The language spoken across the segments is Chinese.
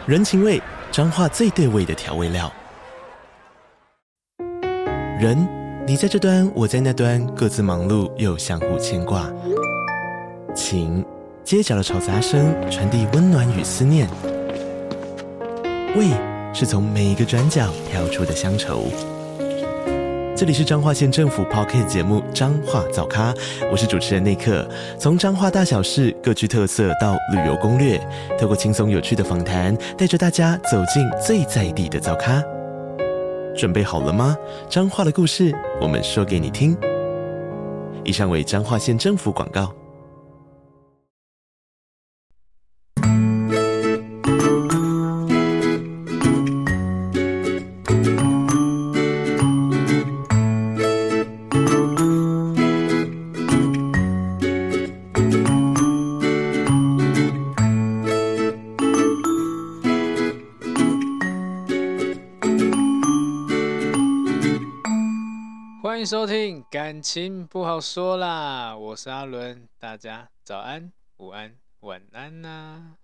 人情味，彰化最对味的调味料。人，你在这端，我在那端，各自忙碌又相互牵挂。情，街角的吵杂声传递温暖与思念。味，是从每一个转角跳出的乡愁。这里是彰化县政府 Podcast 节目《彰化早咖》，我是主持人内克。从彰化大小事各具特色到旅游攻略，透过轻松有趣的访谈，带着大家走进最在地的早咖。准备好了吗？彰化的故事，我们说给你听。以上为彰化县政府广告。 欢迎收听感情不好说啦，我是阿伦，大家早安、午安、晚安呐。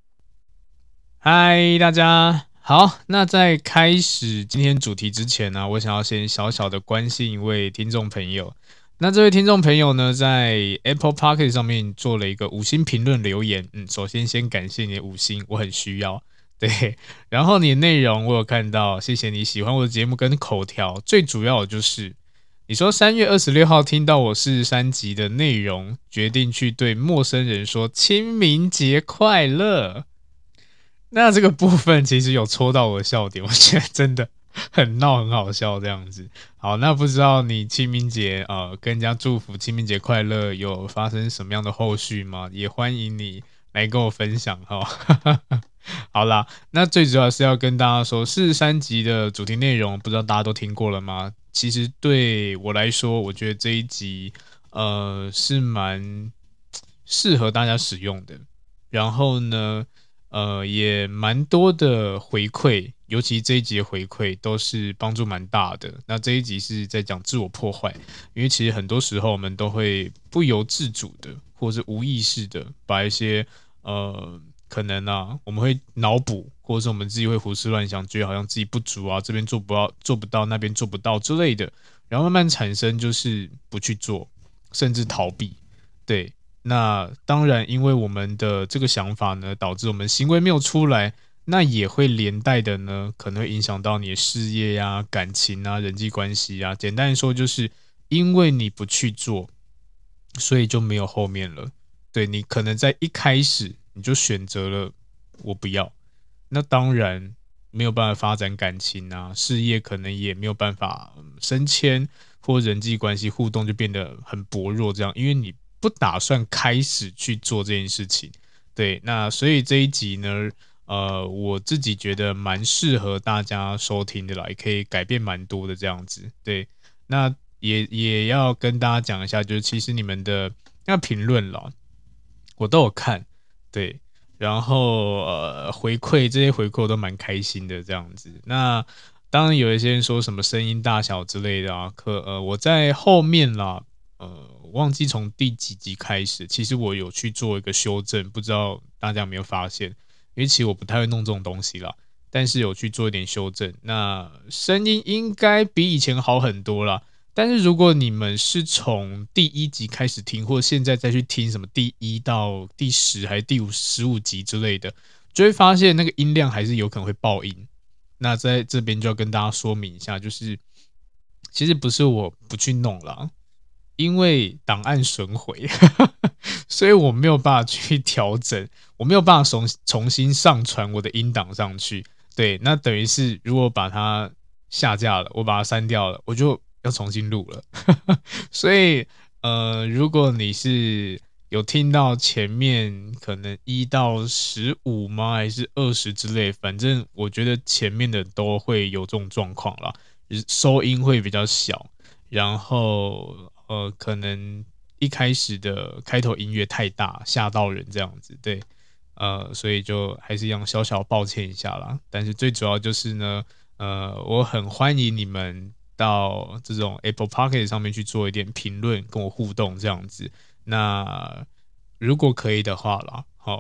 嗨，大家好。那在开始今天主题之前呢，我想要先小小的关心一位听众朋友。那这位听众朋友呢，在 Apple Podcast 上面做了一个5星评论留言。首先感谢你的5星，我很需要。对，然后你的内容我有看到，谢谢你喜欢我的节目跟口条，最主要的就是你说3月26号听到我43集的内容，决定去对陌生人说清明节快乐。那这个部分其实有戳到我的笑点，我觉得真的很闹很好笑这样子。好，那不知道你清明节跟人家祝福清明节快乐有发生什么样的后续吗？也欢迎你来跟我分享哈。好啦，那最主要是要跟大家说43集的主题内容，不知道大家都听过了吗？其实对我来说，我觉得这一集是蛮适合大家使用的。然后呢，也蛮多的回馈，尤其这一集的回馈都是帮助蛮大的。那这一集是在讲自我破坏，因为其实很多时候我们都会不由自主的，或是无意识的把一些可能我们会脑补，或者是我们自己会胡思乱想，觉得好像自己不足啊，这边做不到，那边做不到之类的，然后慢慢产生就是不去做，甚至逃避。对，那当然，因为我们的这个想法呢，导致我们行为没有出来，那也会连带的呢，可能会影响到你的事业呀、感情啊、人际关系啊。简单说，就是因为你不去做，所以就没有后面了。对，你可能在一开始你就选择了我不要，那当然没有办法发展感情啊，事业可能也没有办法升迁，或人际关系互动就变得很薄弱，这样，因为你不打算开始去做这件事情。对，那所以这一集呢，我自己觉得蛮适合大家收听的啦，也可以改变蛮多的这样子。对，那也要跟大家讲一下，就是其实你们的那评论啦，我都有看。对，然后回馈这些回馈我都蛮开心的这样子。那当然有一些人说什么声音大小之类的啊，我在后面啦，忘记从第几集开始，其实我有去做一个修正，不知道大家有没有发现？因为其实我不太会弄这种东西啦，但是有去做一点修正，那声音应该比以前好很多啦。但是如果你们是从第1集开始听，或者现在再去听什么第1到第10还是第15集之类的，就会发现那个音量还是有可能会爆音。那在这边就要跟大家说明一下，就是其实不是我不去弄啦，因为档案损毁，所以我没有办法去调整，我没有办法重新上传我的音档上去。对，那等于是如果把它下架了，我把它删掉了，我就要重新录了。所以如果你是有听到前面可能1到15吗，还是20之类，反正我觉得前面的都会有这种状况啦，收音会比较小，然后可能一开始的开头音乐太大，吓到人这样子。对，所以就还是一样小小抱歉一下啦。但是最主要就是呢，我很欢迎你们到这种 Apple Podcast 上面去做一点评论，跟我互动这样子。那如果可以的话啦，好，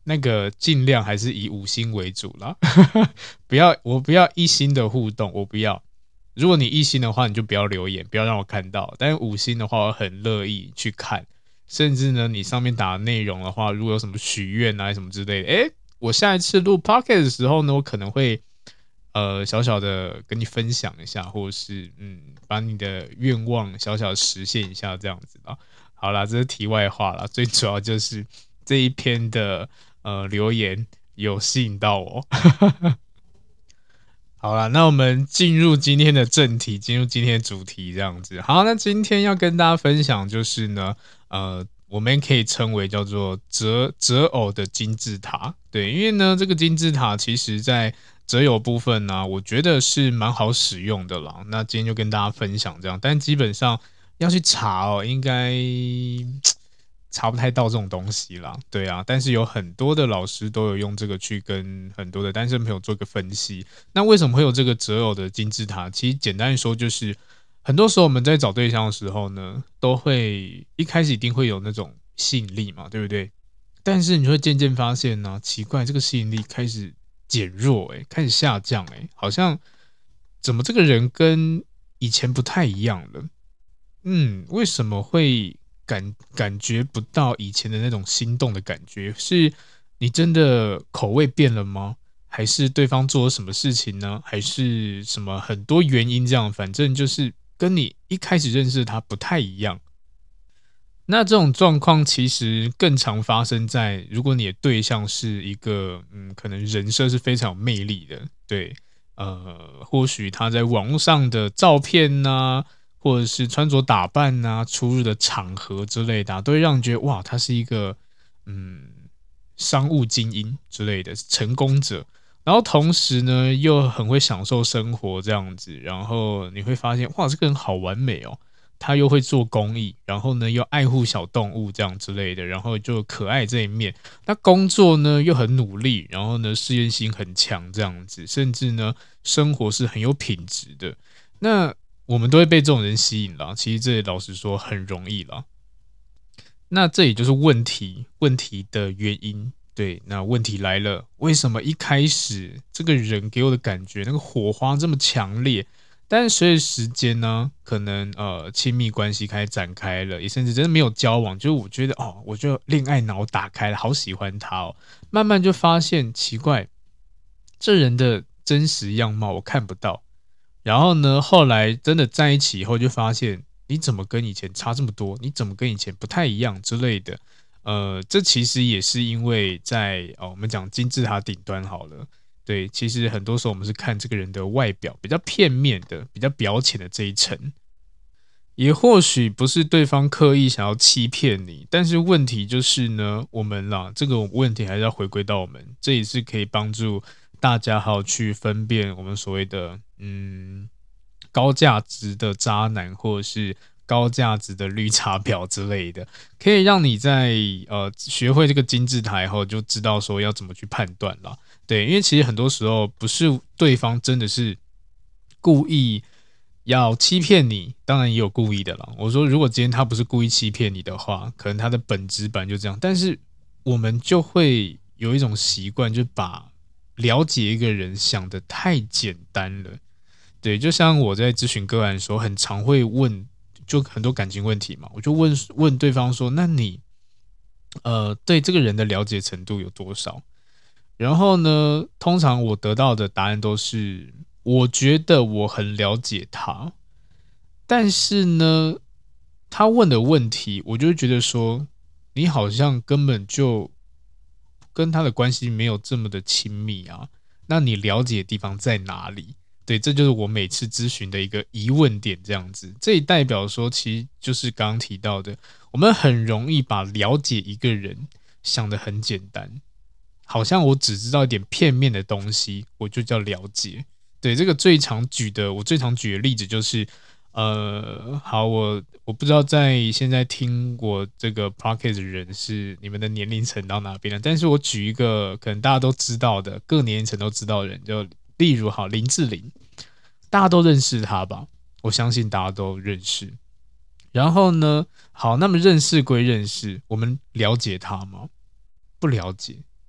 那个尽量还是以5星为主啦，我不要1星的互动，我不要。如果你1星的话，你就不要留言，不要让我看到。但是5星的话，我很乐意去看。甚至呢，你上面打的内容的话，如果有什么许愿啊什么之类的，我下一次录 podcast 的时候呢，我可能会小小的跟你分享一下，或者是把你的愿望小小的实现一下这样子啦。好啦，这是题外话啦，最主要就是这一篇的留言有吸引到我。好啦，那我们进入今天的正题，进入今天的主题这样子。好，那今天要跟大家分享就是呢，我们可以称为叫做择偶的金字塔。对，因为呢，这个金字塔其实在择偶部分呢，我觉得是蛮好使用的啦。那今天就跟大家分享这样，但基本上要去查应该查不太到这种东西啦，对啊，但是有很多的老师都有用这个去跟很多的单身朋友做个分析。那为什么会有这个择偶的金字塔？其实简单说就是，很多时候我们在找对象的时候呢，都会一开始一定会有那种吸引力嘛，对不对？但是你会渐渐发现呢，奇怪，这个吸引力开始减弱，开始下降，好像怎么这个人跟以前不太一样了？为什么会感觉不到以前的那种心动的感觉？是你真的口味变了吗？还是对方做了什么事情呢？还是什么很多原因这样？反正就是跟你一开始认识他不太一样。那这种状况其实更常发生在如果你的对象是一个可能人设是非常有魅力的，对，或许他在网络上的照片啊，或者是穿着打扮啊，出入的场合之类的，都会让人觉得哇，他是一个商务精英之类的成功者。然后同时呢，又很会享受生活这样子，然后你会发现哇，这个人好完美哦。他又会做公益，然后呢又爱护小动物这样之类的，然后就可爱这一面。那工作呢又很努力，然后呢事业心很强这样子，甚至呢生活是很有品质的。那我们都会被这种人吸引啦。其实这老实说很容易啦。那这也就是问题的原因。对，那问题来了，为什么一开始这个人给我的感觉那个火花这么强烈？但是随着时间呢，可能亲密关系开始展开了，也甚至真的没有交往，就我觉得我就恋爱脑打开了，好喜欢他哦。慢慢就发现奇怪，这人的真实样貌我看不到。然后呢，后来真的在一起以后，就发现你怎么跟以前差这么多？你怎么跟以前不太一样之类的？这其实也是因为在我们讲金字塔顶端好了。对，其实很多时候我们是看这个人的外表，比较片面的、比较表浅的这一层，也或许不是对方刻意想要欺骗你，但是问题就是呢，我们这个问题还是要回归到我们，这也是可以帮助大家好好去分辨我们所谓的高价值的渣男，或者是高价值的绿茶婊之类的，可以让你在学会这个金字塔以后，就知道说要怎么去判断啦。对，因为其实很多时候不是对方真的是故意要欺骗你，当然也有故意的啦。我说，如果今天他不是故意欺骗你的话，可能他的本质本来就这样。但是我们就会有一种习惯，就把了解一个人想得太简单了。对，就像我在咨询个案的时候，很常会问，就很多感情问题嘛，我就问对方说，那你对这个人的了解程度有多少？然后呢，通常我得到的答案都是，我觉得我很了解他，但是呢，他问的问题，我就会觉得说，你好像根本就跟他的关系没有这么的亲密啊，那你了解的地方在哪里？对，这就是我每次咨询的一个疑问点，这样子，这也代表说，其实就是刚刚提到的，我们很容易把了解一个人想得很简单。好像我只知道一点片面的东西，我就叫了解。对，这个我最常举的例子就是，好，我不知道在现在听我这个 podcast 的人是你们的年龄层到哪边了，但是我举一个可能大家都知道的，各年龄层都知道的人，就例如好林志玲，大家都认识他吧？我相信大家都认识。然后呢，好，那么认识归认识，我们了解他吗？不了解。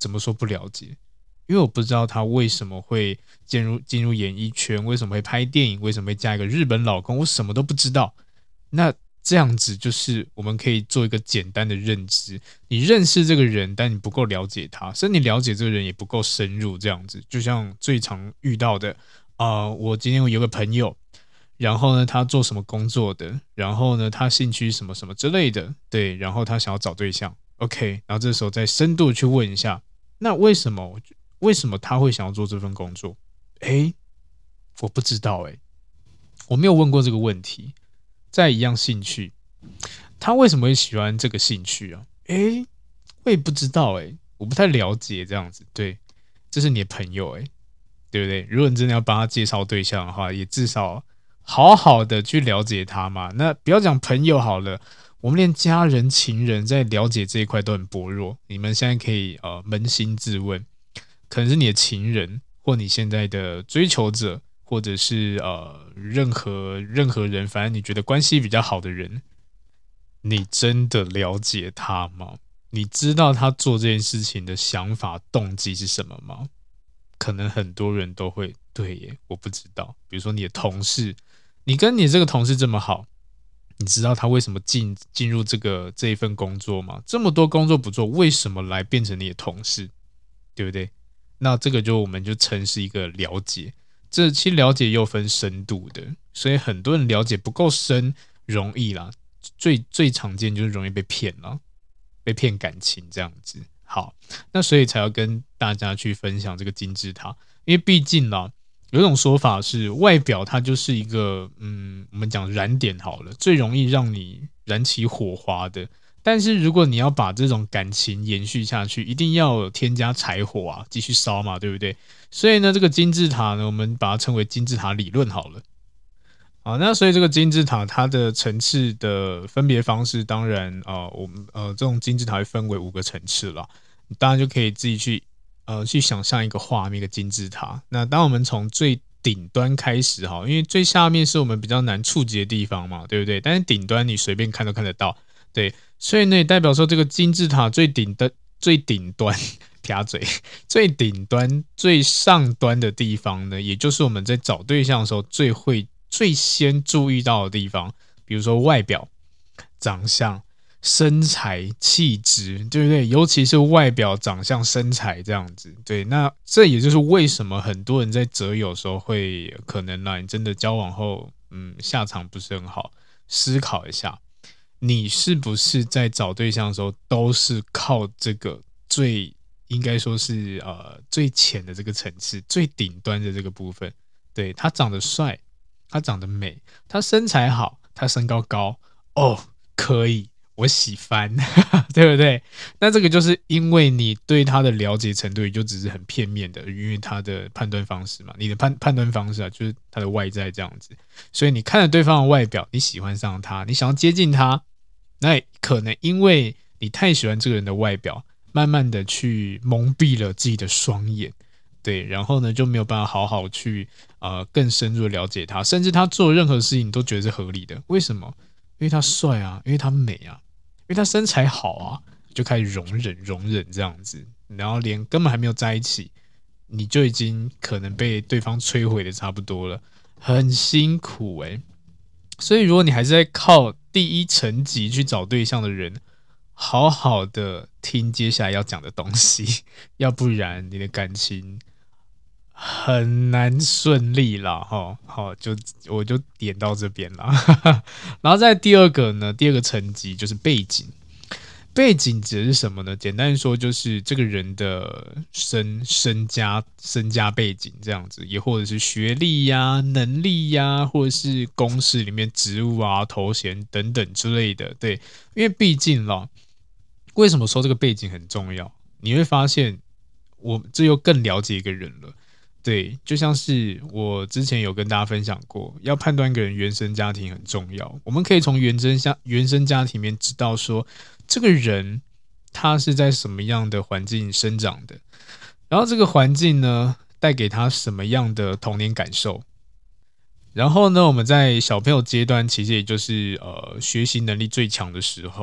怎么说不了解？因为我不知道他为什么会进入演艺圈，为什么会拍电影，为什么会嫁一个日本老公，我什么都不知道。那这样子就是我们可以做一个简单的认知，你认识这个人，但你不够了解他，甚至你了解这个人也不够深入，这样子就像最常遇到的我今天有个朋友，然后呢他做什么工作的，然后呢他兴趣什么什么之类的，对，然后他想要找对象 OK， 然后这时候再深度去问一下，那为什么他会想要做这份工作？我不知道我没有问过这个问题。再一样兴趣，他为什么会喜欢这个兴趣啊？我也不知道我不太了解这样子。对，这是你的朋友对不对？如果你真的要帮他介绍对象的话，也至少好好的去了解他嘛。那不要讲朋友好了，我们连家人、情人在了解这一块都很薄弱。你们现在可以扪心自问，可能是你的情人，或你现在的追求者，或者是任何人，反正你觉得关系比较好的人，你真的了解他吗？你知道他做这件事情的想法、动机是什么吗？可能很多人都会对耶，我不知道。比如说你的同事，你跟你这个同事这么好，你知道他为什么进入这一份工作吗？这么多工作不做，为什么来变成你的同事？对不对？那这个我们就称是一个了解。这其实了解又分深度的，所以很多人了解不够深，容易啦。最常见就是容易被骗啦，被骗感情这样子。好，那所以才要跟大家去分享这个金字塔，因为毕竟啦，有一种说法是外表它就是一个我们讲燃点好了，最容易让你燃起火花的。但是如果你要把这种感情延续下去，一定要添加柴火啊，继续烧嘛，对不对？所以呢，这个金字塔呢，我们把它称为金字塔理论好了。好，那所以这个金字塔它的层次的分别方式，当然我们这种金字塔会分为5个层次啦，当然就可以自己去想象一个画面，一个金字塔。那当我们从最顶端开始哈，因为最下面是我们比较难触及的地方嘛，对不对？但是顶端你随便看都看得到，对，所以呢也代表说这个金字塔最顶端撇嘴，最顶端最上端的地方呢，也就是我们在找对象的时候最先注意到的地方，比如说外表、长相、身材、气质，对不对？尤其是外表、长相、身材这样子，对。那这也就是为什么很多人在择友的时候会可能你真的交往后，下场不是很好，思考一下，你是不是在找对象的时候都是靠这个应该说是最浅的这个层次，最顶端的这个部分，对，他长得帅。他长得美，他身材好，他身高高，可以，我喜欢，对不对？那这个就是因为你对他的了解程度也就只是很片面的，因为他的判断方式嘛，你的判断方式就是他的外在这样子，所以你看了对方的外表，你喜欢上他，你想要接近他，那可能因为你太喜欢这个人的外表，慢慢的去蒙蔽了自己的双眼。对，然后呢就没有办法好好去更深入的了解他，甚至他做任何事情你都觉得是合理的。为什么？因为他帅啊，因为他美啊，因为他身材好啊，就开始容忍这样子，然后根本还没有在一起，你就已经可能被对方摧毁的差不多了，很辛苦所以如果你还是在靠第一层级去找对象的人，好好的听接下来要讲的东西，要不然你的感情很难顺利啦齁。好，我就点到这边啦。然后在第二个层级就是背景。背景指的是什么呢？简单说就是这个人的身家背景这样子，也或者是学历呀、能力呀，或者是公司里面职务啊、头衔等等之类的。对，因为毕竟啦，为什么说这个背景很重要？你会发现，我这又更了解一个人了。对，就像是我之前有跟大家分享过，要判断一个人原生家庭很重要。我们可以从原生家庭里面知道说，这个人他是在什么样的环境生长的，然后这个环境呢带给他什么样的童年感受。然后呢，我们在小朋友阶段，其实也就是学习能力最强的时候。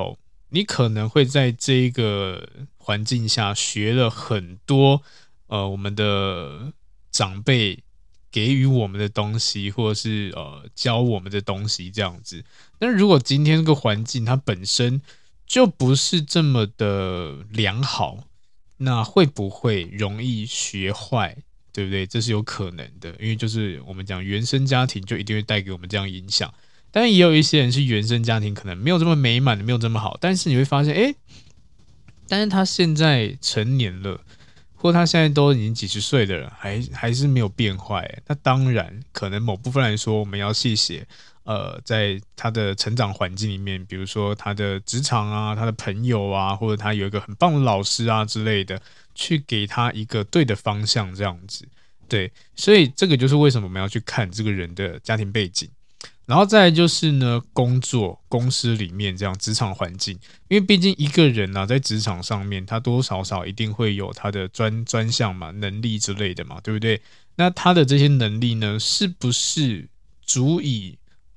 你可能会在这个环境下学了很多我们的长辈给予我们的东西，或者是教我们的东西这样子。但是如果今天这个环境它本身就不是这么的良好，那会不会容易学坏？对不对？这是有可能的，因为就是我们讲原生家庭就一定会带给我们这样影响。但也有一些人是原生家庭可能没有这么美满的，没有这么好，但是你会发现，但是他现在成年了，或他现在都已经几十岁的人，还是没有变坏。那当然，可能某部分来说，我们要谢谢，在他的成长环境里面，比如说他的职场啊，他的朋友啊，或者他有一个很棒的老师啊之类的，去给他一个对的方向，这样子。对，所以这个就是为什么我们要去看这个人的家庭背景。然后再来就是呢，工作公司里面这样职场环境，因为毕竟一个人啊，在职场上面，他多多少少一定会有他的专项嘛、能力之类的嘛，对不对？那他的这些能力呢，是不是足以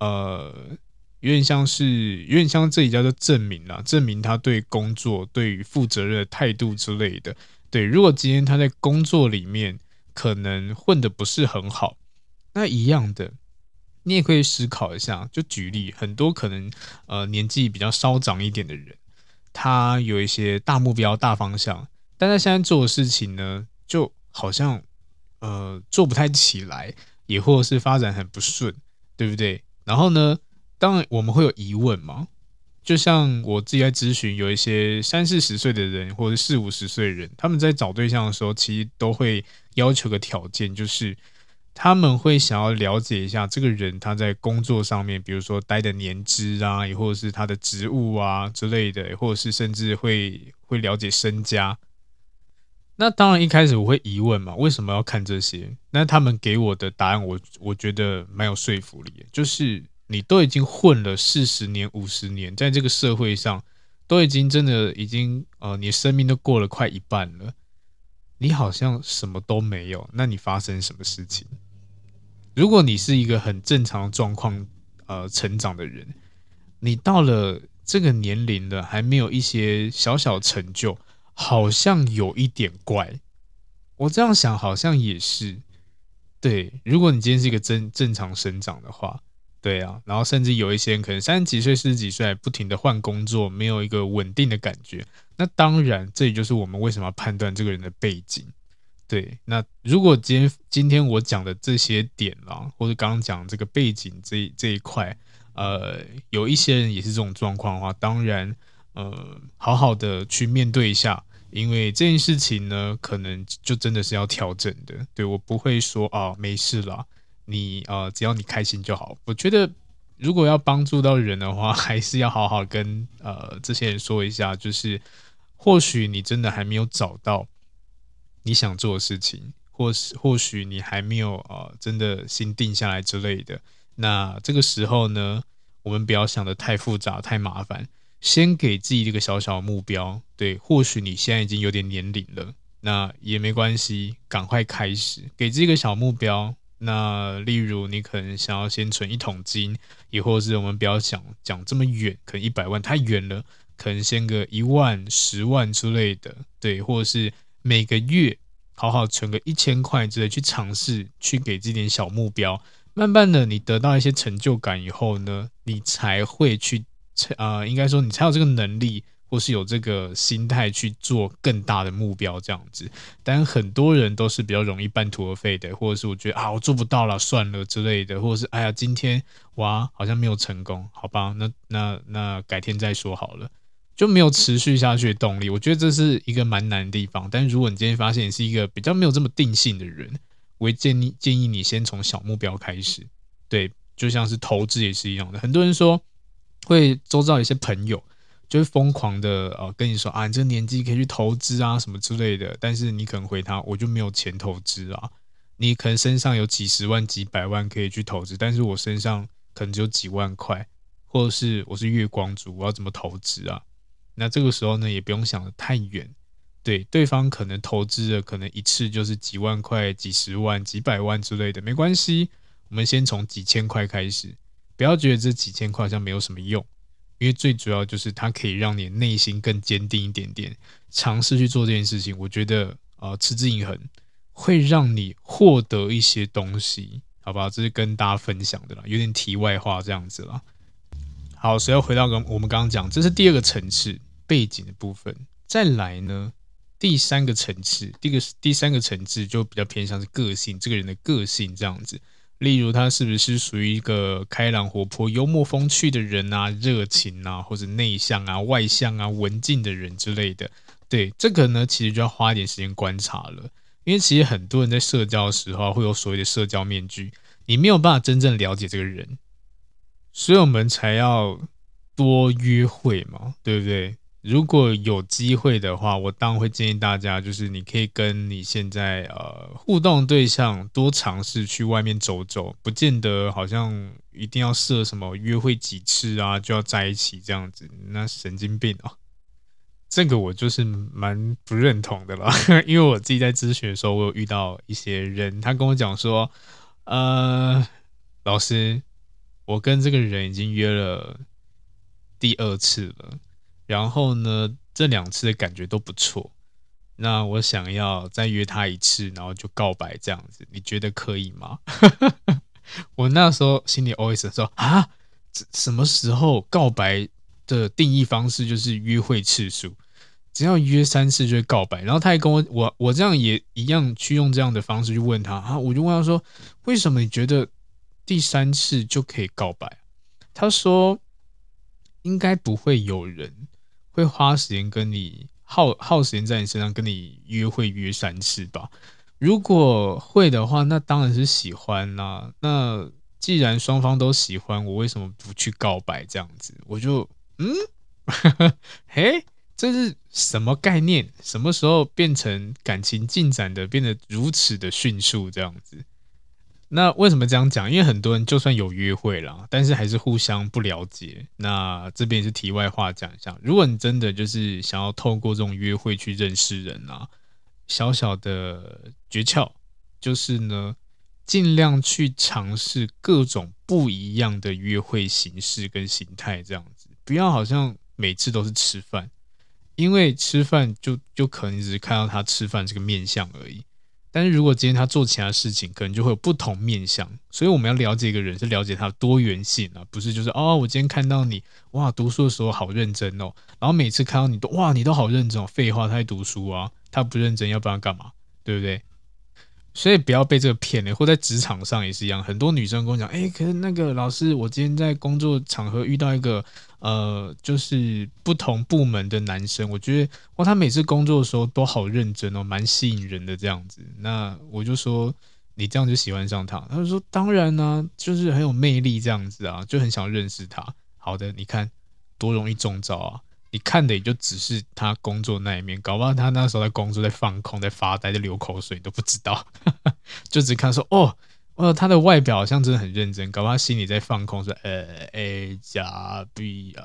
有点像这里叫做证明啦，证明他对工作、对于负责任的态度之类的。对，如果今天他在工作里面可能混得不是很好，那一样的。你也可以思考一下，就举例，很多可能年纪比较稍长一点的人，他有一些大目标、大方向，但他现在做的事情呢，就好像做不太起来，也或者是发展很不顺，对不对？然后呢，当然我们会有疑问嘛，就像我自己在咨询，有一些30-40岁的人，或者40-50岁的人，他们在找对象的时候，其实都会要求个条件，就是他们会想要了解一下这个人他在工作上面，比如说待的年资啊，也或者是他的职务啊之类的，或者是甚至会了解身家。那当然一开始我会疑问嘛，为什么要看这些？那他们给我的答案我觉得蛮有说服力的，就是你都已经混了40年、50年，在这个社会上都已经真的已经你的生命都过了快一半了，你好像什么都没有，那你发生什么事情？如果你是一个很正常的状况成长的人，你到了这个年龄了，还没有一些小小成就，好像有一点怪。我这样想好像也是。对，如果你今天是一个正常生长的话，对啊，然后甚至有一些人可能30几岁、40几岁还不停的换工作，没有一个稳定的感觉，那当然这也就是我们为什么要判断这个人的背景。对，那如果今天我讲的这些点啦，或者刚刚讲这个背景这一块，有一些人也是这种状况的话，当然，好好的去面对一下，因为这件事情呢，可能就真的是要调整的。对，我不会说啊，没事啦，你只要你开心就好。我觉得如果要帮助到人的话，还是要好好跟这些人说一下，或许你真的还没有找到你想做的事情，或许你还没有真的心定下来之类的。那这个时候呢，我们不要想的太复杂、太麻烦，先给自己一个小小的目标。对，或许你现在已经有点年龄了，那也没关系，赶快开始，给自己一个小目标。那例如你可能想要先存1桶金，也或是我们不要讲这么远，可能100万太远了，可能先个1万、10万之类的，对，或者是每个月好好存个1000块之类，去尝试去给自己点小目标。慢慢的，你得到一些成就感以后呢，你才会去应该说你才有这个能力，或是有这个心态去做更大的目标这样子。但很多人都是比较容易半途而废的，或者是我觉得我做不到了，算了之类的，或者是哎呀今天好像没有成功，好吧，那改天再说好了。就没有持续下去的动力，我觉得这是一个蛮难的地方。但如果你今天发现你是一个比较没有这么定性的人，我会建议你先从小目标开始。对，就像是投资也是一样的。很多人说会周遭有一些朋友就会疯狂的跟你说你这个年纪可以去投资啊什么之类的，但是你可能回他我就没有钱投资啊。你可能身上有几十万几百万可以去投资，但是我身上可能只有几万块，或者是我是月光族，我要怎么投资啊？那这个时候呢，也不用想得太远，对方可能投资的可能一次就是几万块、几十万、几百万之类的，没关系，我们先从几千块开始，不要觉得这几千块好像没有什么用， 因为最主要就是它可以让你内心更坚定一点点，尝试去做这件事情。我觉得持之以恒会让你获得一些东西，好吧？这是跟大家分享的啦，有点题外话这样子啦。好，所以要回到我们刚刚讲，这是第二个层次背景的部分。再来呢，第三个层次，第三个层次就比较偏向是个性，这个人的个性这样子。例如他是不是属于一个开朗活泼、幽默风趣的人啊，热情啊，或者内向啊、外向啊、文静的人之类的。对，这个呢，其实就要花一点时间观察了。因为其实很多人在社交的时候会有所谓的社交面具，你没有办法真正了解这个人，所以我们才要多约会嘛，对不对？如果有机会的话，我当然会建议大家，就是你可以跟你现在互动对象多尝试去外面走走，不见得好像一定要设什么约会几次啊就要在一起这样子，那神经病啊！这个我就是蛮不认同的啦，因为我自己在咨询的时候，我有遇到一些人，他跟我讲说，老师，我跟这个人已经约了第二次了。然后呢，这2次的感觉都不错。那我想要再约他一次，然后就告白这样子，你觉得可以吗？我那时候心里 always 说啊，什么时候告白的定义方式就是约会次数，只要约3次就会告白。然后他还跟我这样也一样去用这样的方式去问他啊，我就问他说，为什么你觉得第3次就可以告白？他说应该不会有人会花时间跟你耗时间在你身上跟你约会约3次吧。如果会的话，那当然是喜欢啦。那既然双方都喜欢，我为什么不去告白这样子？我就嘿，这是什么概念？什么时候变成感情进展的变得如此的迅速这样子？那为什么这样讲？因为很多人就算有约会啦，但是还是互相不了解。那这边也是题外话讲一下，如果你真的就是想要透过这种约会去认识人啊，小小的诀窍就是呢，尽量去尝试各种不一样的约会形式跟形态，这样子，不要好像每次都是吃饭，因为吃饭就可能只是看到他吃饭这个面相而已。但是如果今天他做其他事情，可能就会有不同面向，所以我们要了解一个人，是了解他的多元性啊，不是就是我今天看到你，哇，读书的时候好认真哦，然后每次看到你哇，你都好认真哦，废话，他在读书啊，他不认真，要不然干嘛？对不对？所以不要被这个骗了，或在职场上也是一样。很多女生跟我讲，可是那个老师，我今天在工作场合遇到一个就是不同部门的男生，我觉得哇，他每次工作的时候都好认真哦，蛮吸引人的这样子。那我就说，你这样就喜欢上他？他就说，当然啊，就是很有魅力这样子啊，就很想认识他。好的，你看多容易中招啊！你看的也就只是他工作那一面，搞不好他那时候在工作，在放空，在发呆，在流口水，你都不知道，就只看说他的外表好像真的很认真，搞不好他心里在放空，说A 加 B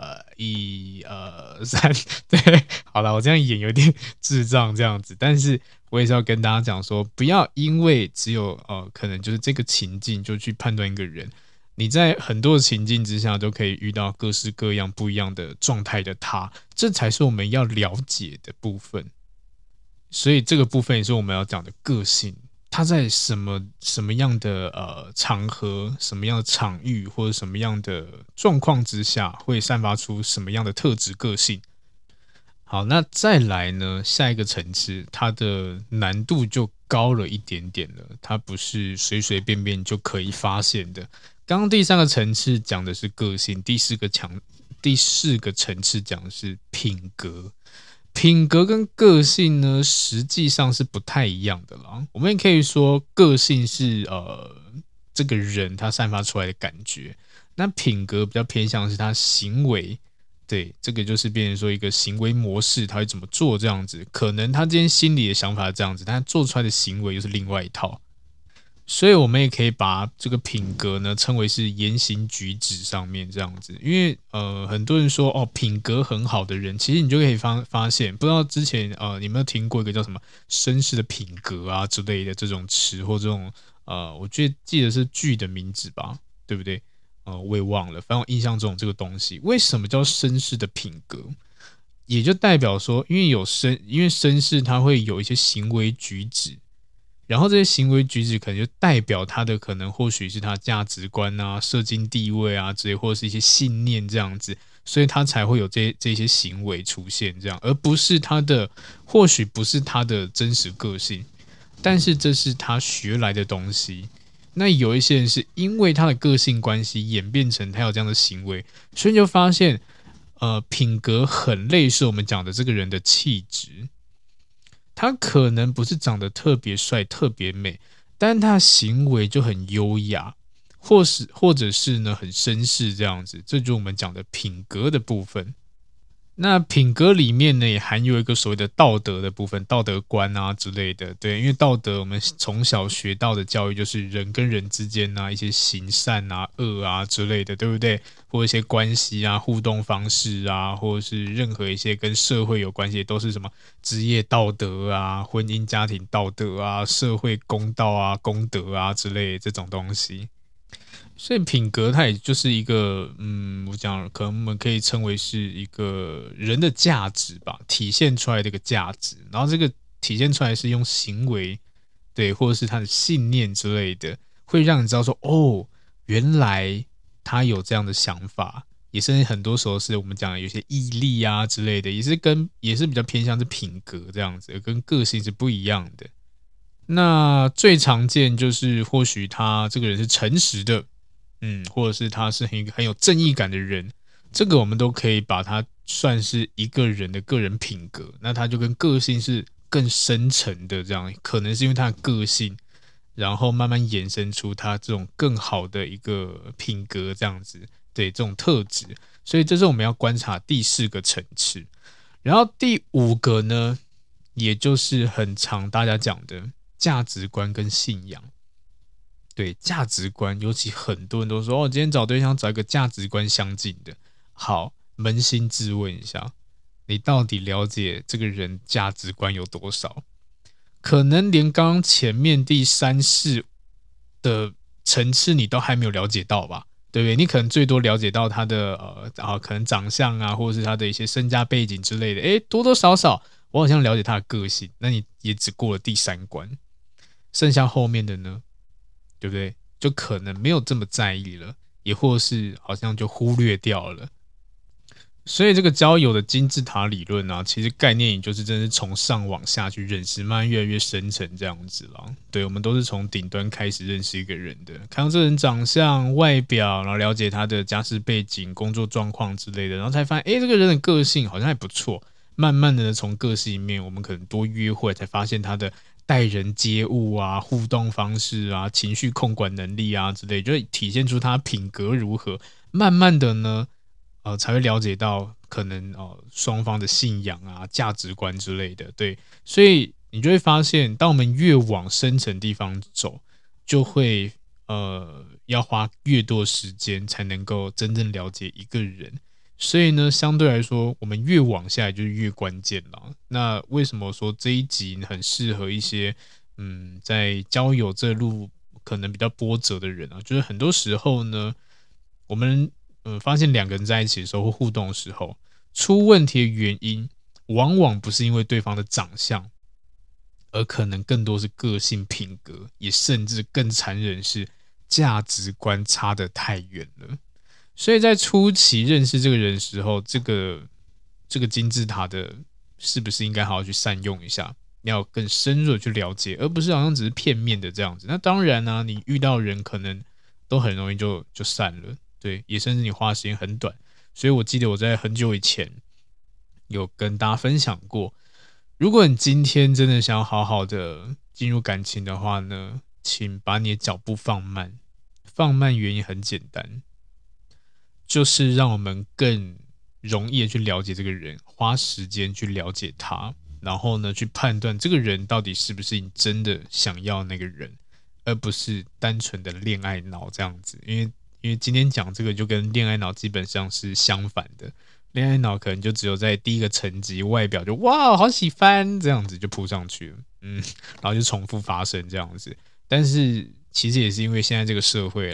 1、2、3，对，好了，我这样演有点智障这样子，但是我也是要跟大家讲说，不要因为只有可能就是这个情境就去判断一个人。你在很多的情境之下都可以遇到各式各样不一样的状态的他，这才是我们要了解的部分。所以这个部分也是我们要讲的个性，他在什么样的场合、什么样的场域或者什么样的状况之下，会散发出什么样的特质个性。好，那再来呢，下一个层次，它的难度就高了一点点了，它不是随随便便就可以发现的。刚刚第3个层次讲的是个性，第4个层次讲的是品格。品格跟个性呢，实际上是不太一样的啦。我们也可以说，个性是这个人他散发出来的感觉，那品格比较偏向是他行为。对，这个就是变成说一个行为模式，他会怎么做这样子。可能他今天心里的想法是这样子，但他做出来的行为又是另外一套。所以我们也可以把这个品格呢称为是言行举止上面这样子，因为很多人说品格很好的人，其实你就可以发现，不知道之前你有没有听过一个叫什么绅士的品格啊之类的这种词或这种我记得是剧的名字吧，对不对？ 我也忘了，反正我印象中有这个东西。为什么叫绅士的品格？也就代表说，因为绅士他会有一些行为举止，然后这些行为举止可能就代表他的可能或许是他价值观啊、社经地位啊之类，或者是一些信念这样子，所以他才会有这些行为出现这样，而不是或许不是他的真实个性，但是这是他学来的东西。那有一些人是因为他的个性关系演变成他有这样的行为，所以你就发现，品格很类似我们讲的这个人的气质。他可能不是长得特别帅、特别美，但他的行为就很优雅，或者是呢很绅士这样子，这就是我们讲的品格的部分。那品格里面呢，也含有一个所谓的道德的部分，道德观啊之类的。对，因为道德我们从小学到的教育就是人跟人之间啊，一些行善啊、恶啊之类的，对不对？或者一些关系啊、互动方式啊，或者是任何一些跟社会有关系，都是什么职业道德啊、婚姻家庭道德啊、社会公道啊、公德啊之类的这种东西。所以品格它也就是一个，我讲可能我们可以称为是一个人的价值吧，体现出来的一个价值。然后这个体现出来是用行为，对，或者是他的信念之类的，会让你知道说，哦，原来他有这样的想法。也是很多时候是我们讲的有些毅力啊之类的，也是比较偏向是品格这样子，跟个性是不一样的。那最常见就是或许他这个人是诚实的。或者是他是很有正义感的人，这个我们都可以把他算是一个人的个人品格。那他就跟个性是更深层的，这样可能是因为他的个性，然后慢慢衍生出他这种更好的一个品格，这样子，对，这种特质。所以这是我们要观察第4个层次。然后第5个呢，也就是很常大家讲的价值观跟信仰。对，价值观，尤其很多人都说，今天找对象找一个价值观相近的。好，扪心自问一下，你到底了解这个人价值观有多少？可能连刚刚前面第3、4的层次你都还没有了解到吧？对不对？你可能最多了解到他的可能长相啊，或者是他的一些身家背景之类的。多多少少我好像了解他的个性，那你也只过了第3关，剩下后面的呢？对不对？就可能没有这么在意了，也或是好像就忽略掉了。所以这个交友的金字塔理论啊，其实概念也就是真的是从上往下去认识，慢慢越来越深层这样子啦。对，我们都是从顶端开始认识一个人的，看到这人长相、外表，然后了解他的家世背景、工作状况之类的，然后才发现，这个人的个性好像还不错。慢慢的从个性里面，我们可能多约会，才发现他的待人接物啊、互动方式啊、情绪控管能力啊之类，就会体现出他品格如何。慢慢的呢，才会了解到可能双方的信仰啊、价值观之类的。对，所以你就会发现，当我们越往深层地方走，就会要花越多时间才能够真正了解一个人。所以呢，相对来说，我们越往下就是越关键了。那为什么说这一集很适合一些在交友这路可能比较波折的人啊？就是很多时候呢，我们发现2个人在一起的时候或互动的时候，出问题的原因，往往不是因为对方的长相，而可能更多是个性品格，也甚至更残忍是价值观差得太远了。所以在初期认识这个人的时候，这个金字塔的是不是应该好好去善用一下，要更深入的去了解，而不是好像只是片面的这样子。那当然呢，你遇到人可能都很容易就散了，对，也甚至你花的时间很短。所以我记得我在很久以前有跟大家分享过，如果你今天真的想要好好的进入感情的话呢，请把你的脚步放慢。放慢原因很简单，就是让我们更容易的去了解这个人，花时间去了解他，然后呢，去判断这个人到底是不是你真的想要那个人，而不是单纯的恋爱脑这样子。因为今天讲这个就跟恋爱脑基本上是相反的，恋爱脑可能就只有在第一个层级，外表就哇好喜欢这样子就扑上去了，然后就重复发生这样子。但是其实也是因为现在这个社会啦，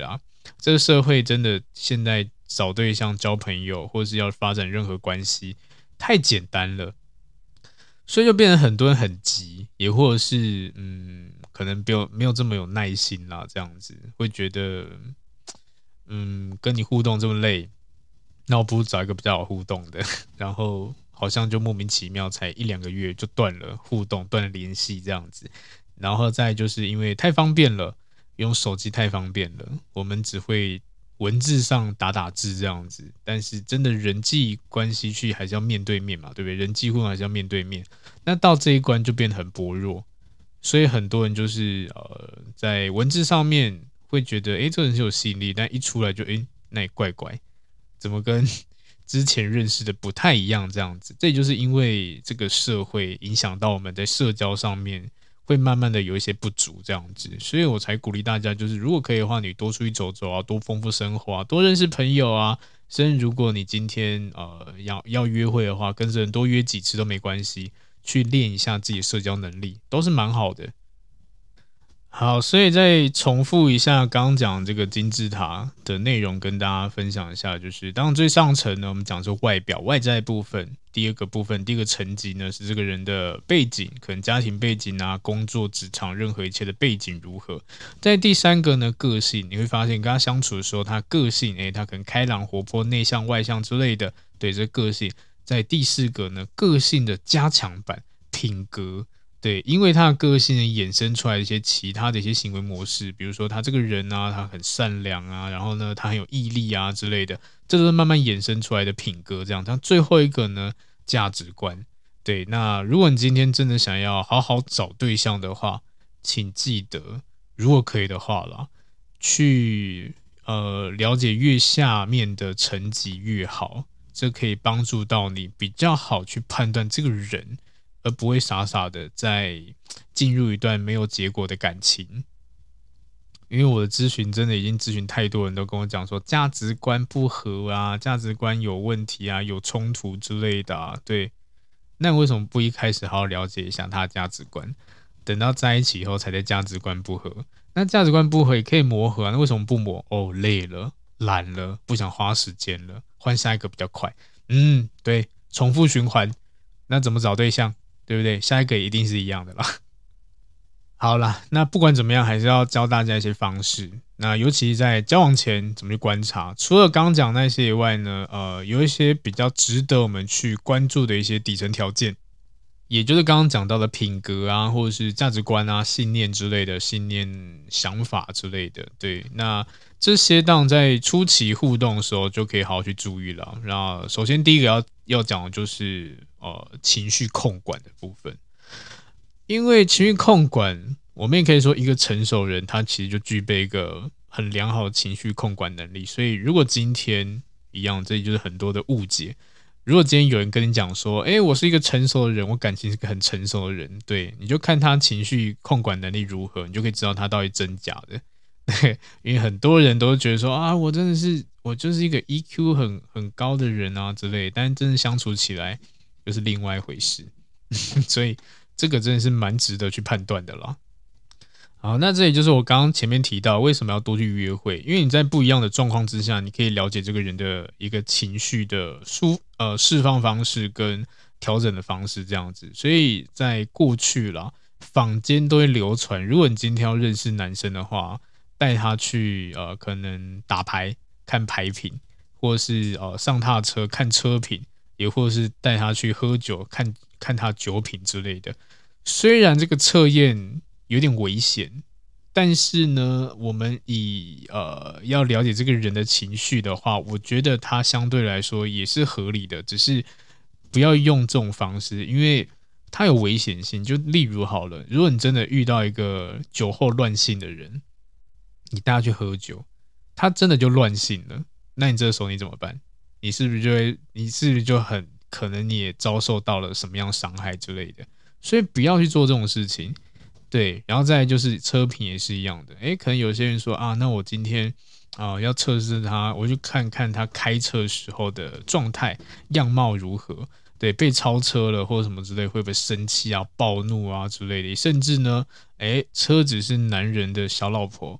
这个社会真的现在找对象、交朋友，或是要发展任何关系，太简单了，所以就变成很多人很急，也或者是可能没有这么有耐心啦，这样子会觉得跟你互动这么累，那我不如找一个比较好互动的，然后好像就莫名其妙才1-2个月就断了互动，断了联系这样子。然后再就是因为太方便了，用手机太方便了，我们只会文字上打打字这样子，但是真的人际关系去还是要面对面嘛，对不对？人际互动还是要面对面，那到这一关就变得很薄弱，所以很多人就是在文字上面会觉得这个人是有吸引力，但一出来就那也怪怪，怎么跟之前认识的不太一样这样子。这也就是因为这个社会影响到我们在社交上面会慢慢的有一些不足这样子，所以我才鼓励大家，就是如果可以的话，你多出去走走啊，多丰富生活啊，多认识朋友啊。甚至如果你今天要约会的话，跟人多约几次都没关系，去练一下自己的社交能力，都是蛮好的。好，所以再重复一下刚刚讲这个金字塔的内容，跟大家分享一下。就是当然最上层呢，我们讲说外表外在部分，第二个部分，第一个层级呢是这个人的背景，可能家庭背景啊、工作、职场任何一切的背景如何。在第三个呢，个性，你会发现跟他相处的时候，他个性，他可能开朗、活泼、内向、外向之类的，对，这个性。在第四个呢，个性的加强版，品格。对，因为他的个性衍生出来一些其他的一些行为模式，比如说他这个人啊，他很善良啊，然后呢，他很有毅力啊之类的，这都是慢慢衍生出来的品格。这样，但最后一个呢，价值观。对，那如果你今天真的想要好好找对象的话，请记得，如果可以的话啦，去了解越下面的层级越好，这可以帮助到你比较好去判断这个人。而不会傻傻的在进入一段没有结果的感情。因为我的咨询真的已经咨询太多人都跟我讲说价值观不合啊，价值观有问题啊，有冲突之类的啊。对，那为什么不一开始好好了解一下他的价值观，等到在一起以后才在价值观不合？那价值观不合也可以磨合啊，那为什么不磨？累了，懒了，不想花时间了，换下一个比较快。对，重复循环。那怎么找对象？对不对？下一个一定是一样的啦。好啦，那不管怎么样，还是要教大家一些方式。那尤其在交往前怎么去观察？除了刚刚讲那些以外呢，有一些比较值得我们去关注的一些底层条件，也就是刚刚讲到的品格啊，或者是价值观啊、信念之类的信念、想法之类的。对，那这些当在初期互动的时候就可以好好去注意了。那首先第一个要讲的就是情绪控管的部分，因为情绪控管，我们也可以说一个成熟人他其实就具备一个很良好的情绪控管能力。所以如果今天一样，这就是很多的误解。如果今天有人跟你讲说，我是一个成熟的人，我感情是个很成熟的人，对，你就看他情绪控管能力如何，你就可以知道他到底真假的。对，因为很多人都觉得说啊，我就是一个 EQ 很高的人啊之类的，但是真的相处起来就是另外一回事。所以这个真的是蛮值得去判断的啦。好，那这也就是我刚刚前面提到为什么要多去约会，因为你在不一样的状况之下，你可以了解这个人的一个情绪的释放方式跟调整的方式这样子。所以在过去啦，坊间都会流传，如果你今天要认识男生的话，带他去可能打牌看牌品，或是上他的车看车品，也或是带他去喝酒看他酒品之类的。虽然这个测验有点危险，但是呢，我们要了解这个人的情绪的话，我觉得他相对来说也是合理的，只是不要用这种方式，因为它有危险性。就例如好了，如果你真的遇到一个酒后乱性的人，你带他去喝酒，他真的就乱性了，那你这时候你怎么办？你是不是就很可能你也遭受到了什么样伤害之类的？所以不要去做这种事情。对，然后再来就是车品也是一样的。可能有些人说啊，那我今天要测试他，我就看看他开车时候的状态样貌如何。对，被超车了或者什么之类，会不会生气啊、暴怒啊之类的？甚至呢，车子是男人的小老婆，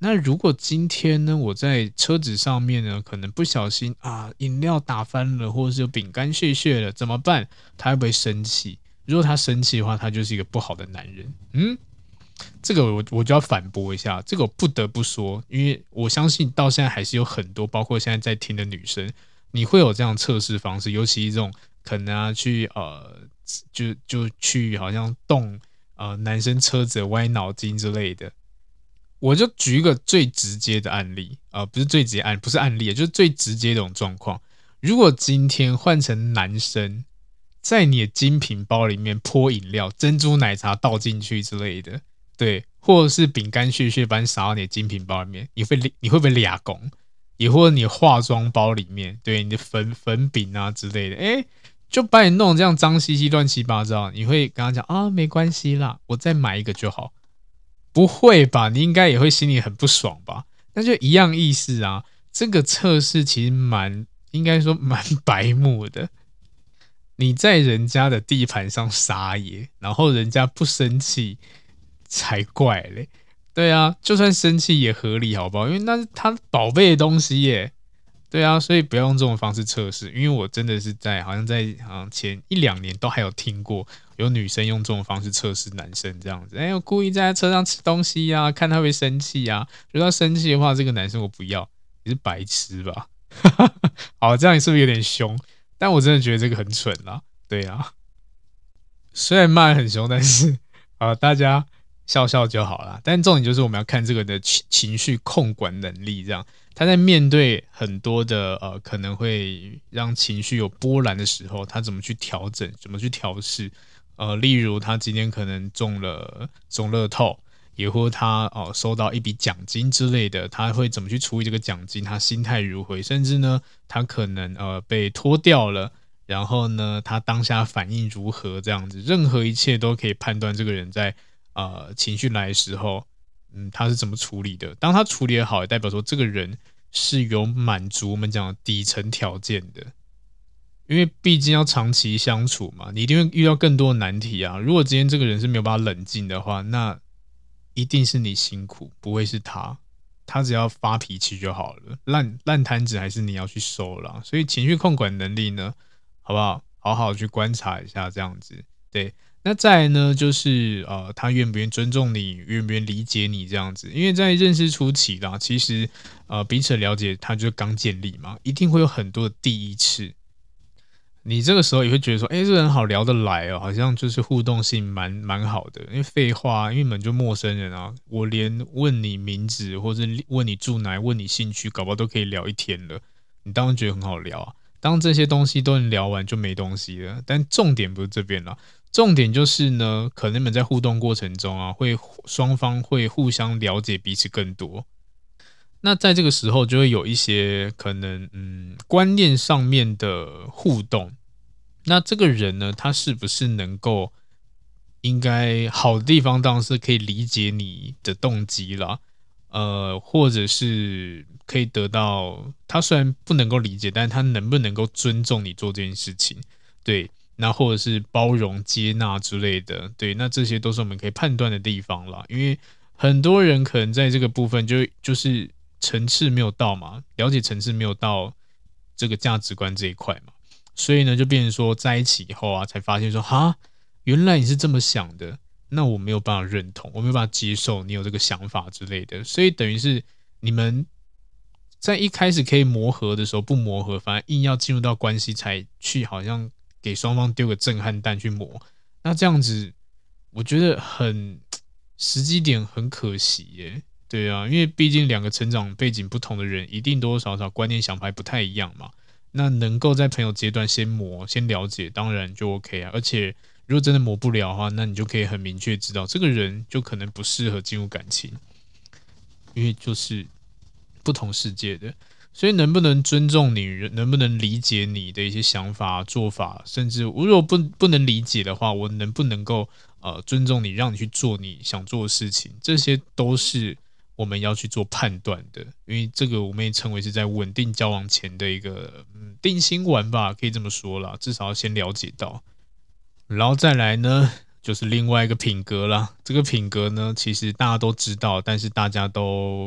那如果今天呢，我在车子上面呢，可能不小心饮料打翻了，或者是有饼干屑了，怎么办？他会不会生气？如果他生气的话，他就是一个不好的男人。这个我就要反驳一下，这个我不得不说，因为我相信到现在还是有很多，包括现在在听的女生，你会有这样测试方式，尤其这种可能去就去好像动男生车子的歪脑筋之类的。我就举一个最直接的案例不是最直接不是案例，就是最直接的这种状况。如果今天换成男生，在你的精品包里面泼饮料、珍珠奶茶倒进去之类的，对，或者是饼干屑把你撒到你的精品包里面，你会不会俩拱？也或者你化妆包里面，对，你的粉饼之类的，就把你弄这样脏兮兮、乱七八糟，你会跟他讲没关系啦，我再买一个就好。不会吧？你应该也会心里很不爽吧？那就一样意思啊。这个测试其实应该说蛮白目的。你在人家的地盘上撒野，然后人家不生气才怪嘞。对啊，就算生气也合理，好不好？因为那是他宝贝的东西耶。对啊，所以不要用这种方式测试。因为我真的是好像前1-2年都还有听过有女生用这种方式测试男生这样子。我故意在车上吃东西看他会生气如果他生气的话，这个男生我不要。你是白痴吧？好，这样你是不是有点凶？但我真的觉得这个很蠢啦。对啊，虽然骂得很凶，但是大家笑笑就好啦。但重点就是我们要看这个的情绪控管能力，这样他在面对很多的可能会让情绪有波澜的时候，他怎么去调整，怎么去调试。例如他今天可能中乐透，也或他收到一笔奖金之类的，他会怎么去处理这个奖金？他心态如何？甚至呢，他可能被拖掉了，然后呢，他当下反应如何？这样子，任何一切都可以判断这个人在情绪来的时候，他是怎么处理的。当他处理得好，也代表说这个人是有满足我们讲的底层条件的。因为毕竟要长期相处嘛，你一定会遇到更多的难题啊。如果今天这个人是没有办法冷静的话，那一定是你辛苦，不会是他。他只要发脾气就好了，烂摊子还是你要去收啦。所以情绪控管能力呢，好不好？好好去观察一下，这样子。对，那再来呢，就是他愿不愿意尊重你，愿不愿意理解你这样子。因为在认识初期啦，其实彼此了解，他就是刚建立嘛，一定会有很多的第一次。你这个时候也会觉得说，这个人好聊得来好像就是互动性蛮好的。因为废话，因为你们就陌生人我连问你名字，或者问你住哪，问你兴趣，搞不好都可以聊一天了。你当然觉得很好聊当这些东西都能聊完，就没东西了。但重点不是这边啦，重点就是呢，可能你们在互动过程中双方会互相了解彼此更多。那在这个时候就会有一些可能观念上面的互动。那这个人呢，他是不是能够应该好的地方当然是可以理解你的动机啦，或者是可以得到他虽然不能够理解，但是他能不能够尊重你做这件事情，对，那或者是包容接纳之类的，对，那这些都是我们可以判断的地方啦。因为很多人可能在这个部分就是层次没有到嘛，了解层次没有到这个价值观这一块嘛，所以呢，就变成说在一起以后才发现说原来你是这么想的，那我没有办法认同，我没有办法接受你有这个想法之类的，所以等于是你们在一开始可以磨合的时候不磨合，反而硬要进入到关系才去好像给双方丢个震撼弹去磨，那这样子我觉得时机点很可惜耶。对啊，因为毕竟两个成长背景不同的人，一定多多少少观念想法不太一样嘛。那能够在朋友阶段先磨、先了解，当然就 OK 而且如果真的磨不了的话，那你就可以很明确知道，这个人就可能不适合进入感情，因为就是不同世界的。所以能不能尊重你，能不能理解你的一些想法、做法，甚至如果不能理解的话，我能不能够尊重你，让你去做你想做的事情，这些都是我们要去做判断的。因为这个我们也称为是在稳定交往前的一个定心丸吧，可以这么说啦，至少要先了解到。然后再来呢，就是另外一个品格啦。这个品格呢，其实大家都知道，但是大家都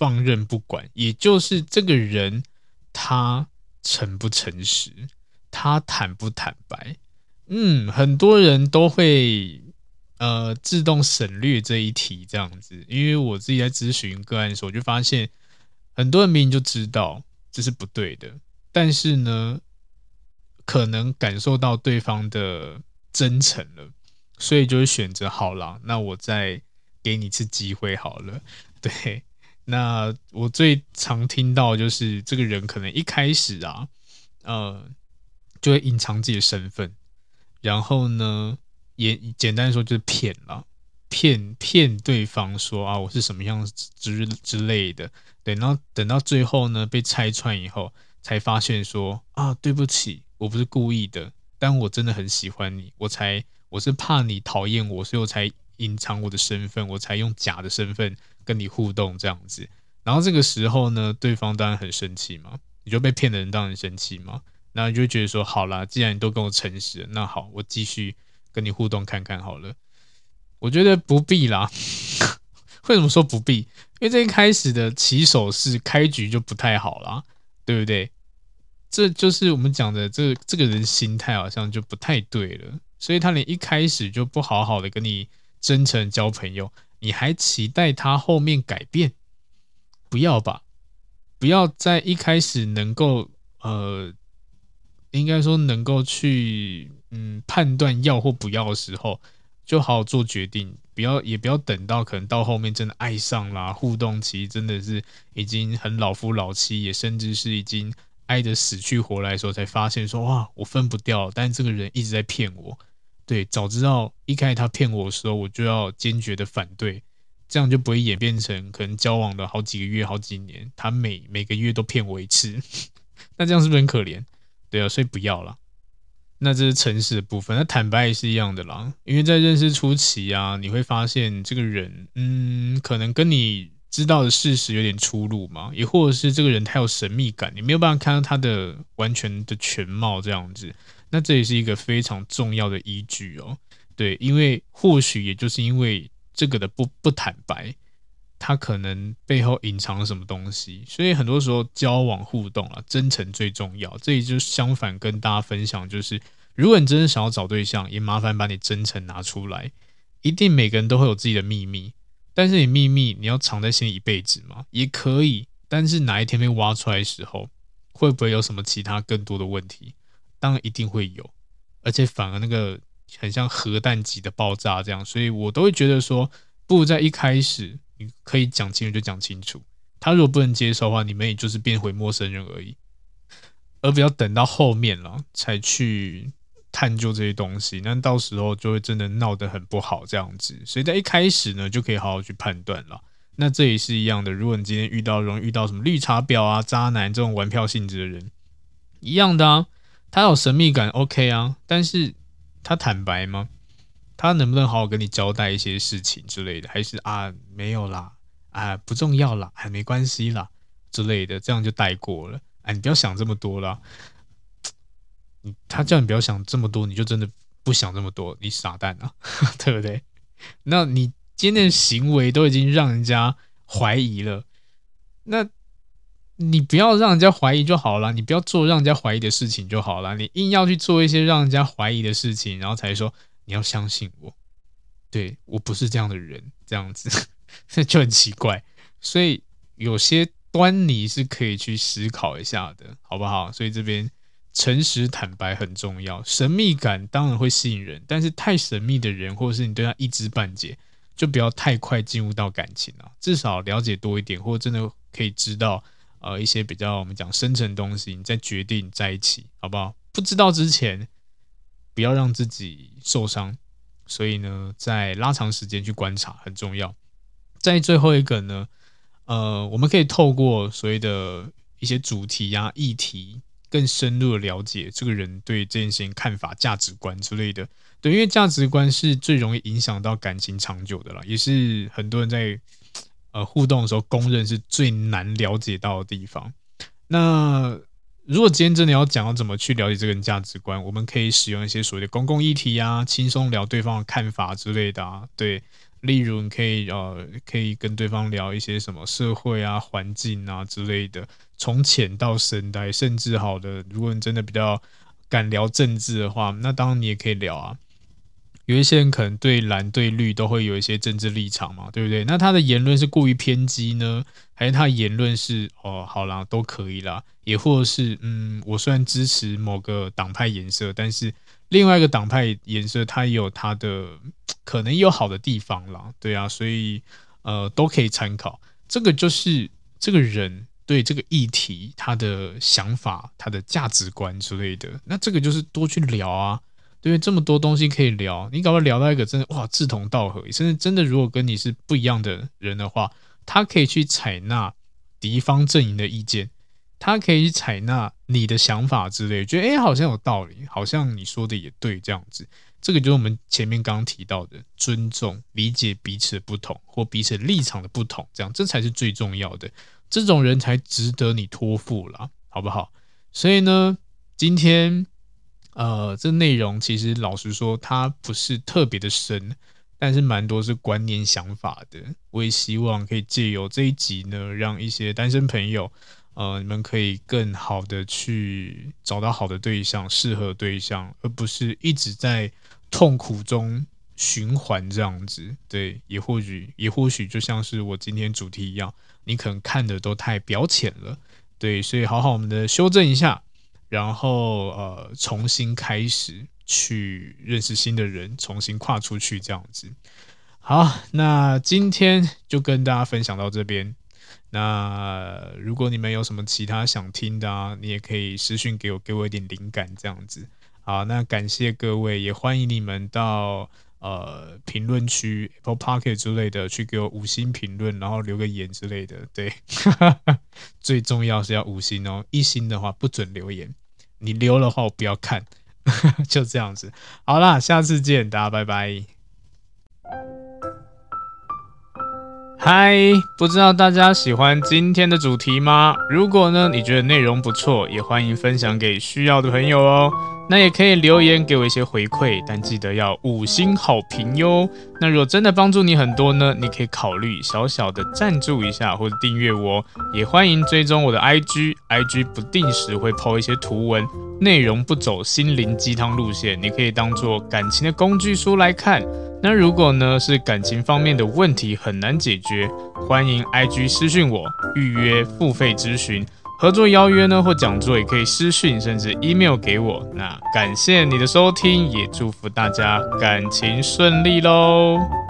放任不管，也就是这个人他诚不诚实，他坦不坦白。很多人都会自动省略这一题这样子，因为我自己在咨询个案的时候，我就发现很多人明明就知道这是不对的，但是呢，可能感受到对方的真诚了，所以就会选择好啦，那我再给你一次机会好了。对，那我最常听到就是这个人可能一开始啊，就会隐藏自己的身份，然后呢，也简单说就是骗啦，骗对方说啊我是什么样之类的，对，然后等到最后呢被拆穿以后，才发现说啊对不起，我不是故意的，但我真的很喜欢你，我是怕你讨厌我，所以我才隐藏我的身份，我才用假的身份跟你互动这样子。然后这个时候呢，对方当然很生气嘛，你就被骗的人当然生气嘛。然后你就会觉得说，好啦，既然你都跟我诚实了，那好，我继续跟你互动看看好了。我觉得不必啦。为什么说不必？因为这一开始的起手式开局就不太好啦，对不对？这就是我们讲的这个人心态好像就不太对了，所以他连一开始就不好好的跟你真诚交朋友，你还期待他后面改变？不要吧，不要在一开始能够应该说能够去判断要或不要的时候，就好好做决定，也不要等到可能到后面真的爱上啦，互动期真的是已经很老夫老妻，也甚至是已经爱得死去活来的时候，才发现说哇我分不掉，但是这个人一直在骗我。对，早知道一开始他骗我的时候，我就要坚决的反对，这样就不会演变成可能交往了好几个月、好几年，他每个月都骗我一次，那这样是不是很可怜？对啊，所以不要啦。那这是诚实的部分，那坦白也是一样的啦。因为在认识初期啊，你会发现这个人，可能跟你知道的事实有点出入嘛，也或者是这个人太有神秘感，你没有办法看到他的完全的全貌这样子。那这也是一个非常重要的依据哦。对，因为或许也就是因为这个的不坦白，他可能背后隐藏了什么东西，所以很多时候交往互动啊，真诚最重要。这也就相反跟大家分享，就是如果你真的想要找对象，也麻烦把你真诚拿出来。一定每个人都会有自己的秘密，但是你秘密你要藏在心里一辈子吗？也可以，但是哪一天被挖出来的时候，会不会有什么其他更多的问题？当然一定会有，而且反而那个很像核弹级的爆炸这样，所以我都会觉得说，不如在一开始你可以讲清楚就讲清楚。他如果不能接受的话，你们也就是变回陌生人而已，而不要等到后面了才去探究这些东西，那到时候就会真的闹得很不好这样子。所以在一开始呢，就可以好好去判断了。那这也是一样的，如果你今天容易遇到什么绿茶婊啊、渣男这种玩票性质的人，一样的啊，他有神秘感 OK 啊，但是他坦白吗？他能不能好好跟你交代一些事情之类的？还是啊没有啦，啊不重要啦，还没关系啦之类的，这样就带过了。哎，你不要想这么多啦。他叫你不要想这么多，你就真的不想这么多，你傻蛋啊，对不对？那你今天的行为都已经让人家怀疑了，那你不要让人家怀疑就好了，你不要做让人家怀疑的事情就好了，你硬要去做一些让人家怀疑的事情，然后才说你要相信我，对，我不是这样的人，这样子就很奇怪。所以有些端倪是可以去思考一下的，好不好？所以这边诚实坦白很重要，神秘感当然会吸引人，但是太神秘的人，或者是你对他一知半解，就不要太快进入到感情了，至少了解多一点，或者真的可以知道一些比较我们讲深层的东西，你再决定在一起，好不好？不知道之前，不要让自己受伤。所以呢，在拉长时间去观察很重要。在最后一个呢，我们可以透过所谓的一些主题啊、议题，更深入的了解这个人对这件事情看法、价值观之类的。对，因为价值观是最容易影响到感情长久的啦，也是很多人在互动的时候公认是最难了解到的地方。那如果今天真的要讲要怎么去了解这个人价值观，我们可以使用一些所谓的公共议题啊，轻松聊对方的看法之类的啊，对， 例如你可以跟对方聊一些什么社会啊、环境啊之类的，从浅到深的，甚至好的，如果你真的比较敢聊政治的话，那当然你也可以聊啊。有一些人可能对蓝对绿都会有一些政治立场嘛，对不对？那他的言论是过于偏激呢，还是他的言论是好啦都可以啦，也或者是我虽然支持某个党派颜色，但是另外一个党派颜色它也有它的可能也有好的地方啦，对啊，所以都可以参考。这个就是这个人对这个议题他的想法、他的价值观之类的，那这个就是多去聊啊。对，这么多东西可以聊，你搞不好聊到一个真的哇志同道合，甚至真的如果跟你是不一样的人的话，他可以去采纳敌方阵营的意见，他可以去采纳你的想法之类，觉得好像有道理，好像你说的也对这样子。这个就是我们前面刚刚提到的尊重、理解彼此的不同或彼此立场的不同，这才是最重要的。这种人才值得你托付啦，好不好？所以呢，今天这内容其实老实说，它不是特别的深，但是蛮多是观念想法的。我也希望可以借由这一集呢，让一些单身朋友，你们可以更好的去找到好的对象、适合对象，而不是一直在痛苦中循环这样子。对，也或许就像是我今天主题一样，你可能看的都太表浅了。对，所以好好我们的修正一下。然后重新开始去认识新的人，重新跨出去这样子。好，那今天就跟大家分享到这边。那如果你们有什么其他想听的啊，你也可以私讯给我一点灵感这样子。好，那感谢各位，也欢迎你们到评论区 Apple Podcast 之类的去给我5星评论，然后留个言之类的。对，最重要是要5星哦，1星的话不准留言。你留的话我不要看就这样子，好啦，下次见，大家拜拜。嗨，不知道大家喜欢今天的主题吗？如果呢你觉得内容不错，也欢迎分享给需要的朋友哦。那也可以留言给我一些回馈，但记得要5星好评哟。那如果真的帮助你很多呢，你可以考虑小小的赞助一下或者订阅我，也欢迎追踪我的 IG 不定时会 po 一些图文，内容不走心灵鸡汤路线，你可以当做感情的工具书来看。那如果呢是感情方面的问题很难解决，欢迎 IG 私讯我预约付费咨询。合作邀约呢或讲座也可以私讯甚至 email 给我。那感谢你的收听，也祝福大家感情顺利咯。